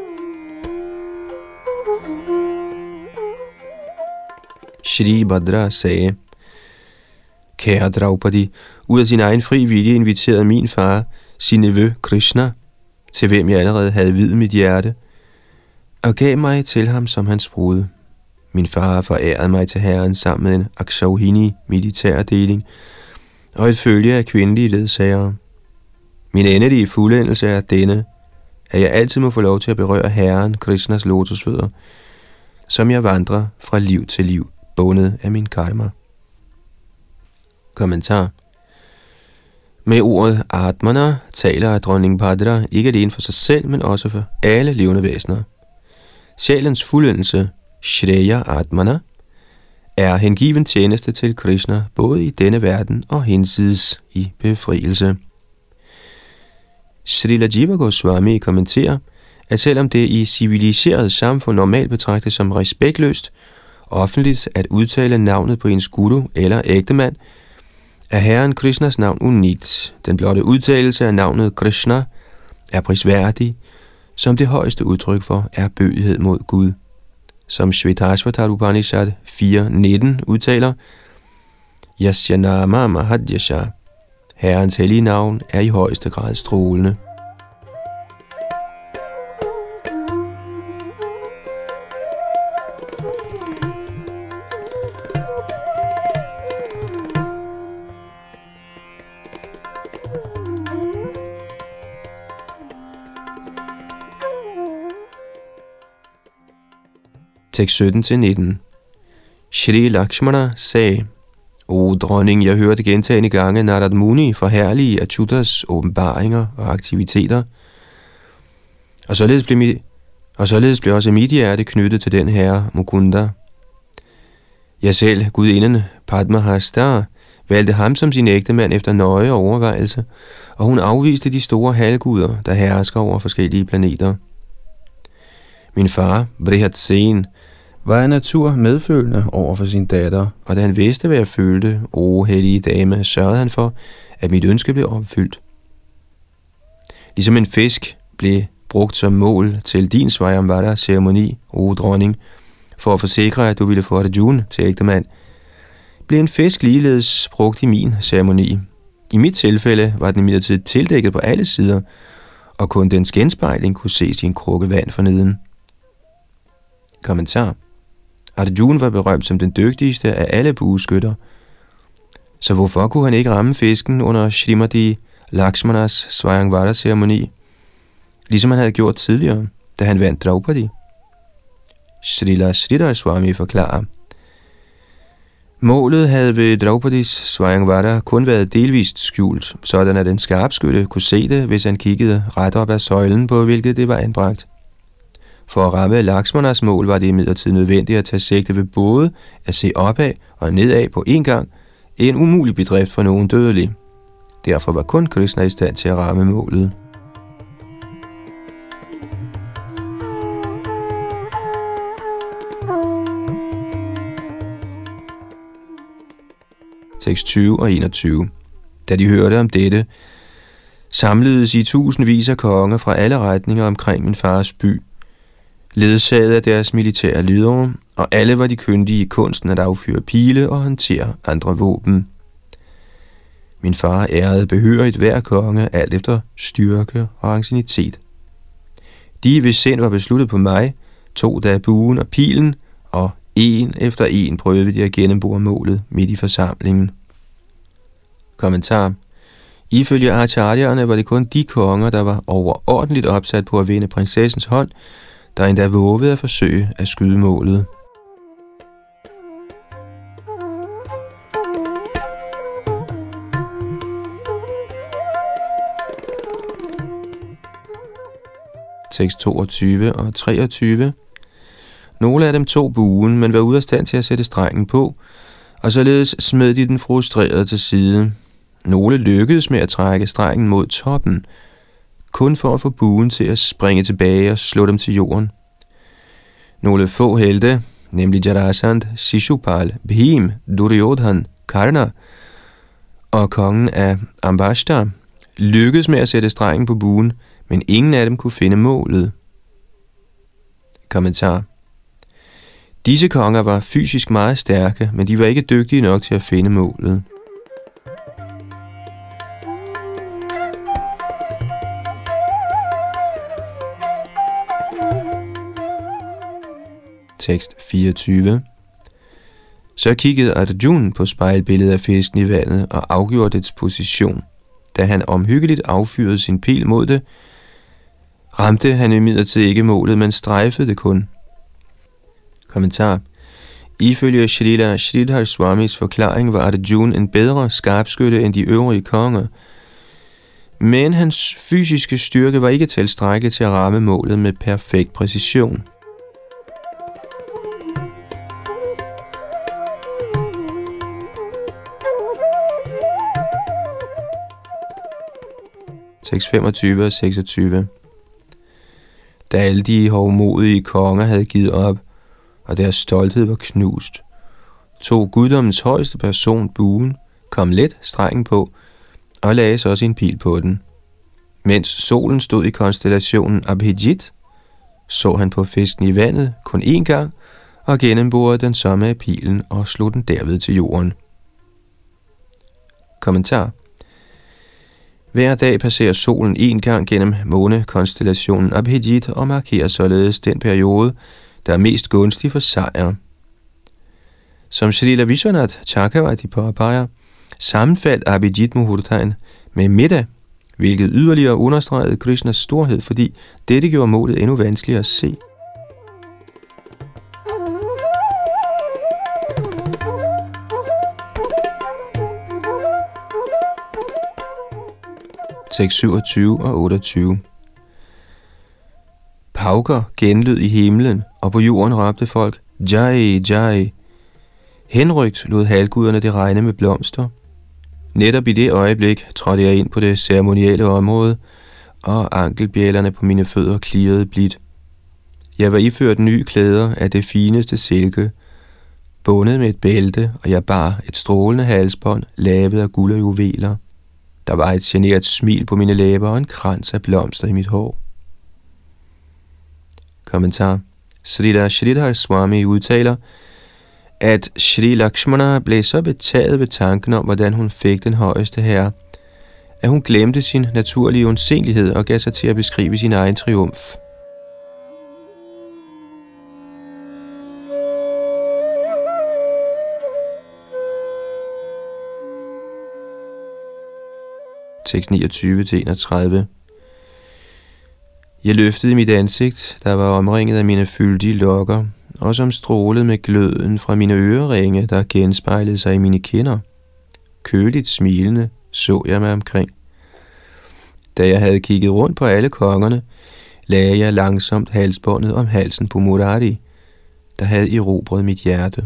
Shri Bhadra sagde: kære Draupadi, ud af sin egen fri vilje inviterede min far sin nevø Krishna, til hvem jeg allerede havde viet mit hjerte, og gav mig til ham som hans brud. Min far forærede mig til herren sammen med en Akshauhini militærdeling og et følge af kvindelige ledsagere. Min endelige fuldendelse er denne, at jeg altid må få lov til at berøre herren Krishnas lotusfødder, som jeg vandrer fra liv til liv, bundet af min karma. Kommentar. Med ordet Atmana taler dronning Bhadra ikke alene for sig selv, men også for alle levende væsener. Sjælens fuldendelse, Shreya Atmana, er hengiven tjeneste til Krishna, både i denne verden og hinsides i befrielse. Srila Jiva Goswami kommenterer, at selvom det i civiliseret samfund normalt betragtes som respektløst, offentligt at udtale navnet på ens guru eller ægtemand, er herren Krishnas navn unikt. Den blotte udtalelse af navnet Krishna er prisværdig, som det højeste udtryk for er bødighed mod Gud. Som Shvetashvatar Upanishad 4.19 udtaler: Yasya nama mahadyasha. Herrens hellige navn er i højeste grad strålende. Tekst 17-19. Shri Lakshmana sagde: O dronning, jeg hørte gentagne gange Narad Muni forherlige Achyutas åbenbaringer og aktiviteter, og således blev også mit hjerte knyttet til den herre Mukunda. Jeg selv, gudinden Padmahasta, valgte ham som sin ægtemand efter nøje overvejelse, og hun afviste de store halvguder, der hersker over forskellige planeter. Min far, Brihatsen, var af natur medfølende over for sin datter, og da han vidste, hvad jeg følte, hellige dame, sørgede han for, at mit ønske blev opfyldt. Ligesom en fisk blev brugt som mål til din Svayamvara-ceremoni, dronning, for at forsikre, at du ville få Arjuna til ægtemand, blev en fisk ligeledes brugt i min ceremoni. I mit tilfælde var den imidlertid tildækket på alle sider, og kun dens genspejling kunne ses i en krukke vand forneden. Kommentar. Arjuna var berømt som den dygtigste af alle bueskytter, så hvorfor kunne han ikke ramme fisken under Shrimati Lakshmanas Svayamvara-ceremoni, ligesom han havde gjort tidligere, da han vandt Draupadi? Srila Sridhar Swami forklarer: målet havde ved Draupadis Svayamvara kun været delvist skjult, sådan at den skarpskytte kunne se det, hvis han kiggede ret op ad søjlen, på hvilket det var anbragt. For at ramme Lakshmanas mål var det imidlertid nødvendigt at tage sigte ved både at se opad og nedad på én gang, en umulig bedrift for nogen dødelig. Derfor var kun Krishna i stand til at ramme målet. Tekst 20 og 21. Da de hørte om dette, samledes i tusindvis af konger fra alle retninger omkring min fars by. ledsaget af deres militære ledere, og alle var de kyndige i kunsten at affyre pile og håndtere andre våben. Min far ærede behørigt hver konge, alt efter styrke og anciennitet. De, hvis sind var besluttet på mig, tog da buen og pilen, og en efter en prøvede de at gennembore målet midt i forsamlingen. Kommentar. Ifølge acharyerne var det kun de konger, der var overordentligt opsat på at vinde prinsessens hånd, der endda vågede at forsøge at skyde målet. Tekst 22 og 23. Nogle af dem tog buen, men var ude af stand til at sætte strengen på, og således smed de den frustreret til side. Nogle lykkedes med at trække strengen mod toppen, kun for at få buen til at springe tilbage og slå dem til jorden. Nogle få helte, nemlig Jarasandh, Shishupal, Bhim, Duryodhan, Karna og kongen af Ambashta, lykkedes med at sætte strengen på buen, men ingen af dem kunne finde målet. Kommentar. Disse konger var fysisk meget stærke, men de var ikke dygtige nok til at finde målet. Tekst 24. Så kiggede Arjuna på spejlbilledet af fisken i vandet og afgjorde dets position. Da han omhyggeligt affyrede sin pil mod det, ramte han imidlertid ikke målet, men strejfede det kun. Kommentar. Ifølge Shrila Sridhar Swamis forklaring var Arjuna en bedre skarpskytte end de øvrige konger, men hans fysiske styrke var ikke tilstrækkelig til at ramme målet med perfekt præcision. Tekst 25 og 26. Da alle de hovmodige konger havde givet op, og deres stolthed var knust, tog guddommens højeste person buen, kom let strengen på, og lagde så også en pil på den. Mens solen stod i konstellationen Abhijit, så han på fisken i vandet kun én gang, og gennemborede den så med pilen og slog den derved til jorden. Kommentar. Hver dag passerer solen en gang gennem månekonstellationen Abhijit og markerer således den periode, der er mest gunstig for sejr. Som Srila Vishwanath Chakravarti påpeger, sammenfaldt Abhijit Muhurtaen med middag, hvilket yderligere understregede Krishnas storhed, fordi dette gjorde målet endnu vanskeligere at se. Tekst 27 og 28. Pauker genlød i himlen, og på jorden råbte folk, Jai, Jai. Henrygt lod halvguderne det regne med blomster. Netop i det øjeblik trådte jeg ind på det ceremonielle område, og ankelbjælerne på mine fødder klirrede blidt. Jeg var iført nye klæder af det fineste silke, bundet med et bælte, og jeg bar et strålende halsbånd, lavet af guld og juveler. Der var et genert smil på mine læber og en krans af blomster i mit hår. Kommentar. Srila Sridhar Swami udtaler, at Shri Lakshmana blev så betaget ved tanken om, hvordan hun fik den højeste herre, at hun glemte sin naturlige undselighed og gav sig til at beskrive sin egen triumf. Tekst 29-31. Jeg løftede mit ansigt, der var omringet af mine fyldige lokker, og som strålede med gløden fra mine øreringe, der genspejlede sig i mine kinder. Køligt smilende så jeg mig omkring. Da jeg havde kigget rundt på alle kongerne, lagde jeg langsomt halsbåndet om halsen på Murari, der havde erobret mit hjerte.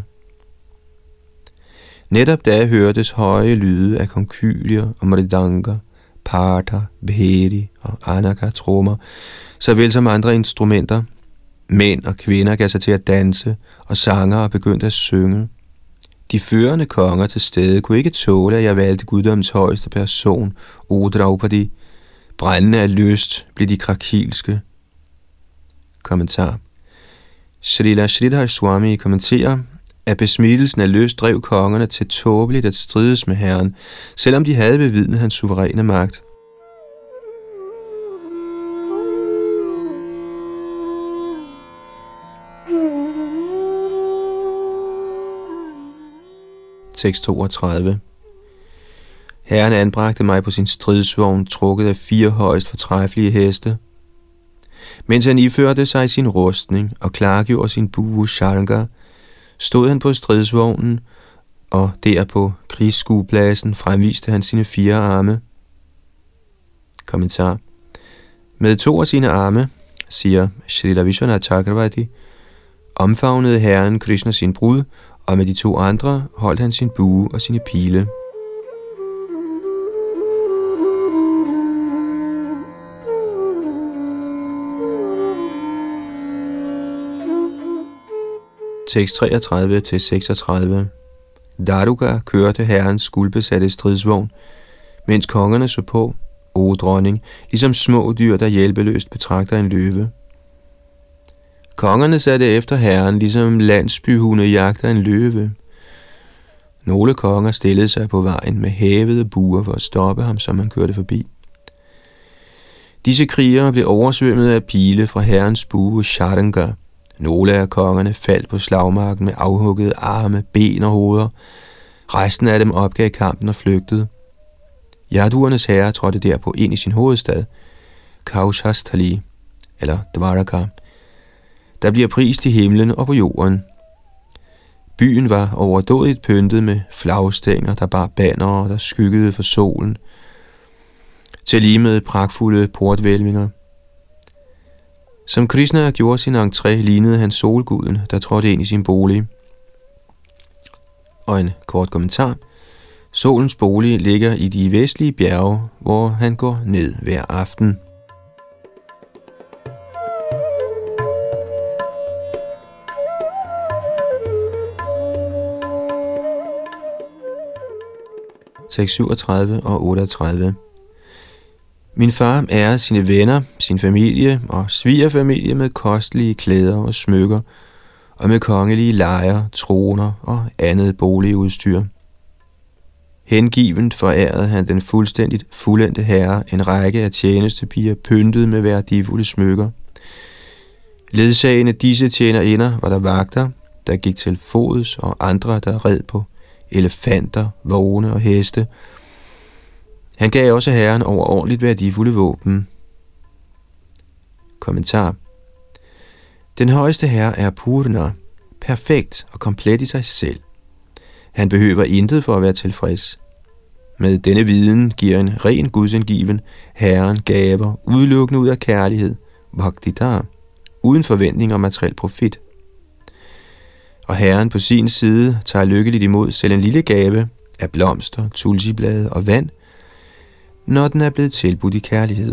Netop da hørtes høje lyde af konkylier og mridanga, parter, bheri og anaka-trommer, såvel som andre instrumenter. Mænd og kvinder gav sig til at danse, og sangere begyndte at synge. De førende konger til stede kunne ikke tåle, at jeg valgte guddommens højeste person, O Draupadi. Brændende af lyst blev de krakilske. Kommentar. Srila Sridhar Swami kommenterer, at besmittelsen af lyst drev kongerne til tåbeligt at strides med Herren, selvom de havde bevidnet hans suveræne magt. Tekst 32. Herren anbragte mig på sin stridsvogn, trukket af 4 højst fortræffelige heste. Mens han iførte sig sin rustning og klargjorde sin bue Sharanga, stod han på stridsvognen, og der på krigsskuepladsen fremviste han sine 4 arme. Kommentar. Med 2 af sine arme, siger Srila Vishwanath Chakravarti, omfavnede Herren Krishna sin brud, og med de 2 andre holdt han sin bue og sine pile. Tekst 33-36. Daruka kørte herrens guldbesatte stridsvogn, mens kongerne så på, o dronning, ligesom små dyr, der hjælpeløst betragter en løve. Kongerne satte efter herren, ligesom landsbyhunde jagter en løve. Nogle konger stillede sig på vejen med hævede buer for at stoppe ham, som han kørte forbi. Disse krigere blev oversvømmet af pile fra herrens bue Sharanga. Nogle af kongerne faldt på slagmarken med afhuggede arme, ben og hoveder. Resten af dem opgav kampen og flygtede. Yaduernes herre trådte derpå ind i sin hovedstad, Kaushasthali, eller Dvaraka, der bliver prist i himlen og på jorden. Byen var overdådigt pyntet med flagstænger, der bar bannere, der skyggede for solen, til lige med pragtfulde portvælvinger. Som Krishna gjorde sin entré, lignede han solguden, der trådte ind i sin bolig. Og en kort kommentar. Solens bolig ligger i de vestlige bjerge, hvor han går ned hver aften. Tekst 37 og 38. Min far ærer sine venner, sin familie og svigerfamilie med kostelige klæder og smykker, og med kongelige lejer, troner og andet boligudstyr. Hengivent forærede han den fuldstændigt fuldendte herre en række af tjenestepiger pyntet med værdifulde smykker. Ledsagende disse tjenerinder var der vagter, der gik til fods, og andre, der red på elefanter, vogne og heste. Han gav også herren overordentligt værdifulde våben. Kommentar. Den højeste herre er Purna, perfekt og komplet i sig selv. Han behøver intet for at være tilfreds. Med denne viden giver en ren gudsindgiven herren gaver udelukkende ud af kærlighed, bhaktita, uden forventning om materiel profit. Og herren på sin side tager lykkeligt imod selv en lille gave af blomster, tulsiblade og vand, når den er blevet tilbudt i kærlighed.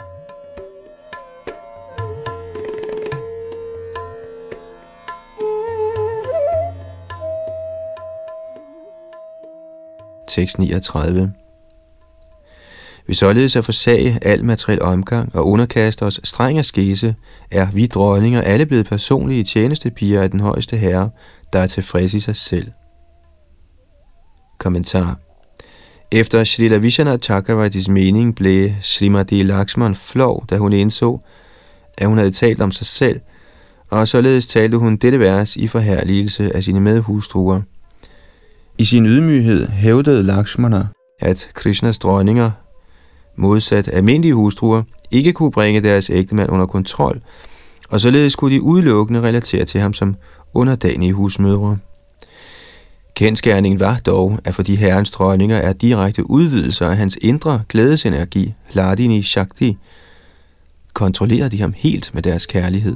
Tekst 39. Vi således at forsage al materiel omgang og underkaste os streng askese, er vi dronninger alle blevet personlige tjenestepiger af den højeste herre, der er tilfreds i sig selv. Kommentar. Efter Srila Vishwanath Chakravartis mening blev Srimati Lakshman flov, da hun indså, at hun havde talt om sig selv, og således talte hun dette vers i forherligelse af sine medhustruer. I sin ydmyghed hævdede Lakshmana, at Krishnas dronninger, modsat almindelige hustruer, ikke kunne bringe deres ægtemand under kontrol, og således kunne de udelukkende relatere til ham som underdanige husmødre. Kendsgerningen var dog, at fordi herrens dronninger er direkte udvidelser af hans indre glædesenergi, Hladini Shakti, kontrollerer de ham helt med deres kærlighed.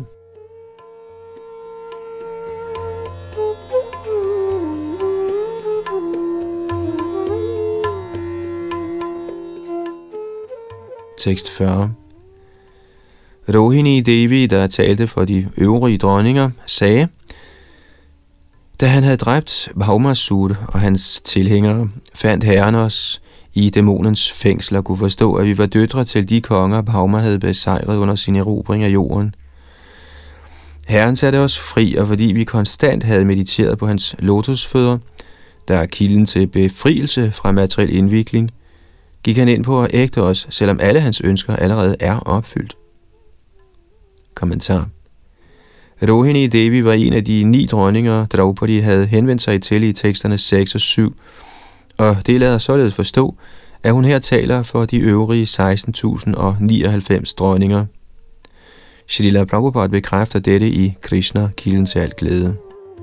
Tekst 40. Rohini Devi, der talte for de øvrige dronninger, sagde, da han havde dræbt Bhaumasura og hans tilhængere, fandt herren os i dæmonens fængsel og kunne forstå, at vi var døtre til de konger, Bhauma havde besejret under sin erobring af jorden. Herren satte os fri, og fordi vi konstant havde mediteret på hans lotusfødder, der er kilden til befrielse fra materiel indvikling, gik han ind på at ægte os, selvom alle hans ønsker allerede er opfyldt. Kommentar. Rohini Devi var en af de 9 dronninger, Draupadi havde henvendt sig til i teksterne 6 og 7, og det lader således forstå, at hun her taler for de øvrige 16.099 dronninger. Srila Prabhupada bekræfter dette i Krishna, kilden til al glæde.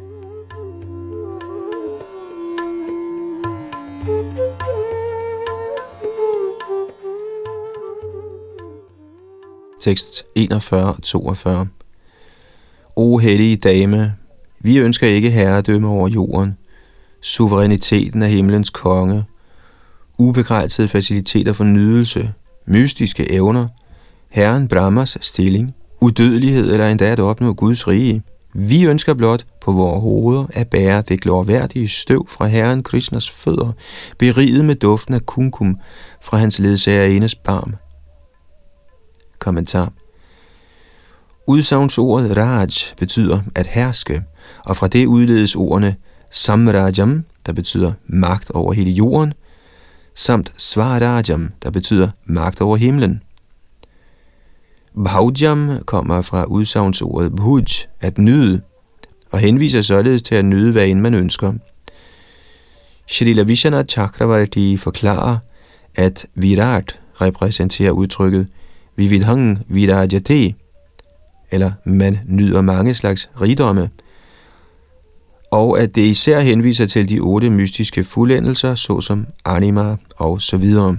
Tekst 41 og 42. O hellige dame, vi ønsker ikke herredømme over jorden, suveræniteten af himlens konge, ubegrænsede faciliteter for nydelse, mystiske evner, Herren Brahmas stilling, udødelighed eller endda at opnå Guds rige. Vi ønsker blot på vores hoveder at bære det glorværdige støv fra Herren Krishnas fødder, beriget med duften af kumkum fra hans ledsagerindes barm. Kommentar. Udsagnordet Raj betyder at herske, og fra det udledes ordene Samrajam, der betyder magt over hele jorden, samt Svarajam, der betyder magt over himlen. Bhaujam kommer fra udsagnordet Bhuj, at nyde, og henviser således til at nyde, hvad end man ønsker. Srila Vishwanath Chakravarti forklarer, at Virat repræsenterer udtrykket Vividhang Virajate, eller man nyder mange slags rigdomme, og at det især henviser til de 8 mystiske fuldendelser, såsom anima og så videre.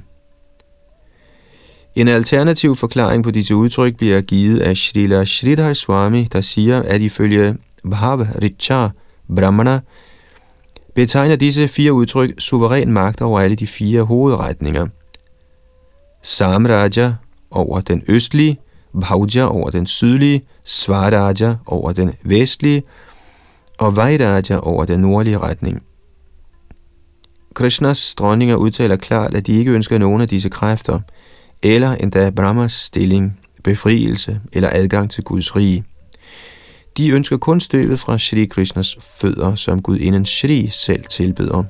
En alternativ forklaring på disse udtryk bliver givet af Srila Sridhar Swami, der siger, at ifølge Bhav Richa Brahmana betegner disse 4 udtryk suveræn magt over alle de 4 hovedretninger. Samraja over den østlige, Bhauja over den sydlige, Svaraja over den vestlige og Vairaja over den nordlige retning. Krishnas dronninger udtaler klart, at de ikke ønsker nogen af disse kræfter, eller endda Brahmas stilling, befrielse eller adgang til Guds rige. De ønsker kun støvet fra Shri Krishnas fødder, som gudinden Shri selv tilbeder.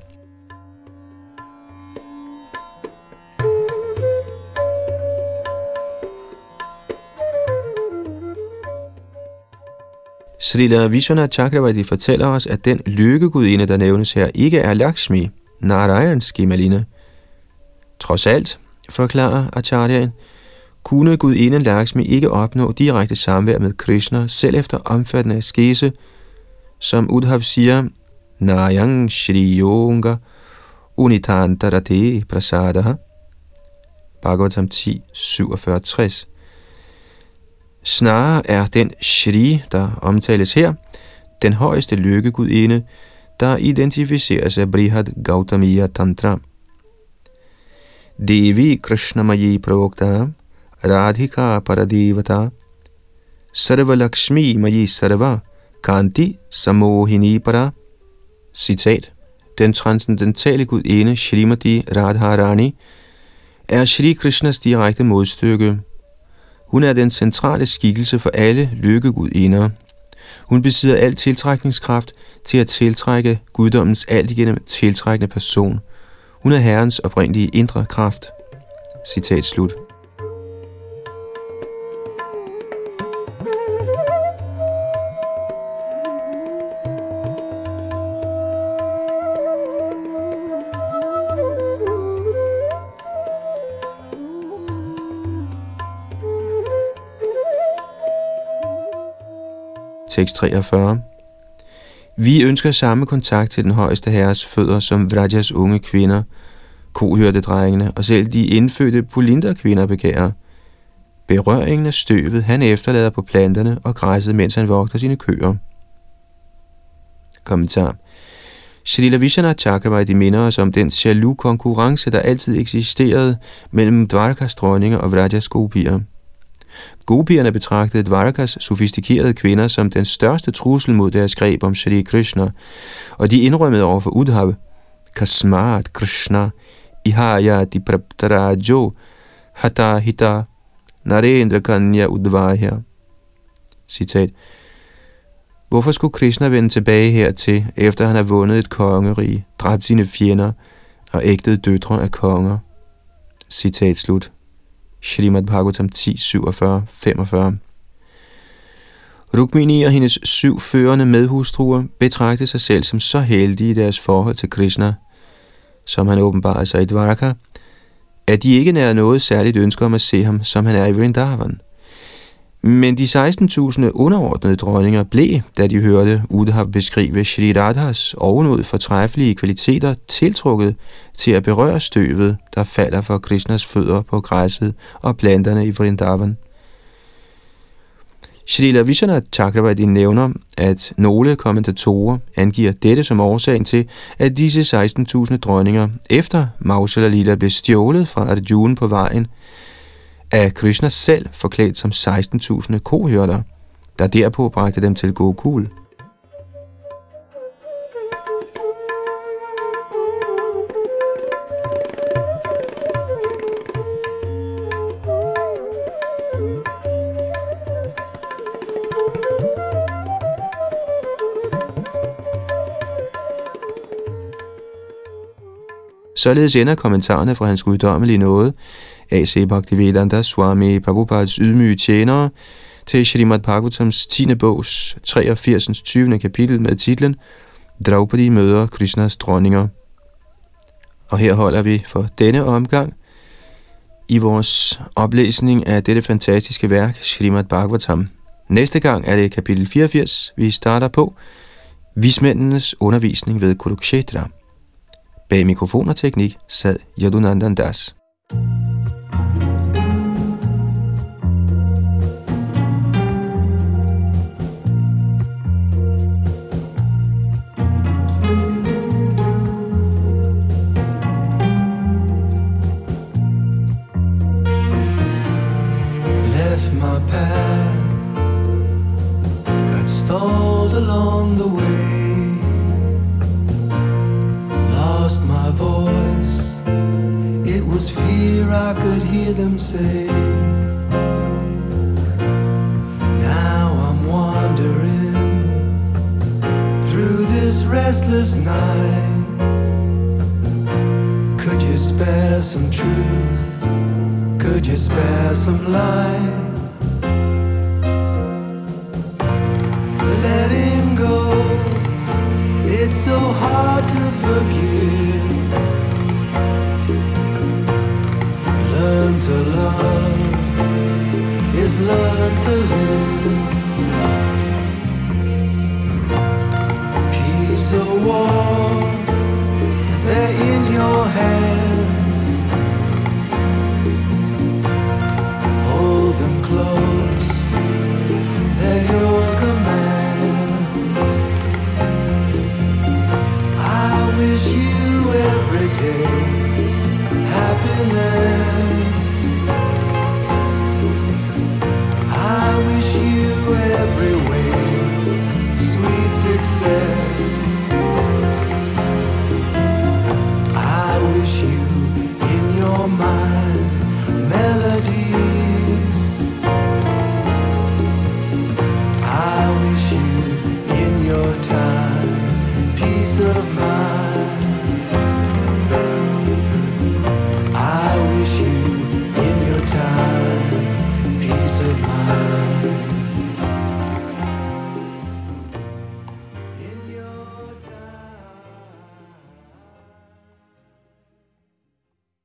Srila Vishwanath Chakravarti fortæller os, at den lykkegudinde, der nævnes her, ikke er Lakshmi, Narayans gemaline. Trods alt, forklarer Acharyaen, kunne gudinden Lakshmi ikke opnå direkte samvær med Krishna, selv efter omfattende askese, som Uddhav siger, Narayang Shri Yoga Unitantarate Prasadaha, Bhagavatam 10, 47-60. Snarere er den Shri, der omtales her, den højeste lykkegudinde, der identificeres af Brihad Gautamiya Tantra. Devi Krishnamayi Pravokta Radhika Paradevata Sarva Lakshmi Mayi Sarva Kanti Samohini Para. Citat. Den transcendentale gudinde Shrimati Radharani er Shri Krishnas direkte modstykke. Hun er den centrale skikkelse for alle lykkegudinder. Hun besidder al tiltrækningskraft til at tiltrække guddommens alt igennem tiltrækkende person. Hun er Herrens oprindelige indre kraft. Citat slut. Tekst 43. Vi ønsker samme kontakt til den højeste herres fødder som Vrajas unge kvinder, kohørtedrengene og selv de indfødte Pulinda-kvinder begærer. Berøringen af støvet han efterlader på planterne og græsset, mens han vogter sine køer. Kommentar. Srila Vishwanath Chakravarti minder os om den jaloux konkurrence, der altid eksisterede mellem Dvarkas dronninger og Vrajas gopier. Gopierne betragtede Dvarkas sofistikerede kvinder som den største trussel mod deres greb om Shri Krishna, og de indrømmede over for Uddhav, Kasmat Krishna ihaya di praptarajo hata hita narendra kanya udvaya. Citat. Hvorfor skulle Krishna vende tilbage hertil, efter han har vundet et kongerige, dræbt sine fjender og ægtet døtre af konger? Citat slut. Srimad Bhagavatam 10.47-45. Rukmini og hendes 7 førende medhustruer betragtede sig selv som så heldige i deres forhold til Krishna, som han åbenbarer sig i Dvaraka, at de ikke nær noget særligt ønsker om at se ham, som han er i Vrindavan. Men de 16.000 underordnede dronninger blev, da de hørte Uddhav beskrive Shri Radhas ovenud fortræffelige kvaliteter, tiltrukket til at berøre støvet, der falder fra Krishnas fødder på græsset og planterne i Vrindavan. Shrila Vishwanath Chakravarti nævner, at nogle kommentatorer angiver dette som årsagen til, at disse 16.000 dronninger efter Mausala Lila blev stjålet fra Arjuna på vejen, af Krishna selv forklædt som 16.000 kohørter, der derpå bragte dem til Gokul. Således ender kommentarerne fra hans guddommelige nåde, A.C. Bhaktivedanta Swami Prabhupads ydmyge tjenere, til Srimad Bhagavatams 10. bogs 83. 20. kapitel med titlen Draupadi møder Krishnas dronninger. Og her holder vi for denne omgang i vores oplæsning af dette fantastiske værk, Srimad Bhagavatam. Næste gang er det kapitel 84, vi starter på vismændenes undervisning ved Kurukshetra. Bag mikrofon og teknik sad Yadunandan Das. Left my path, got stalled along the way. Lost my voice, it was fear I could hear them say. Now I'm wandering through this restless night. Could you spare some truth? Could you spare some light?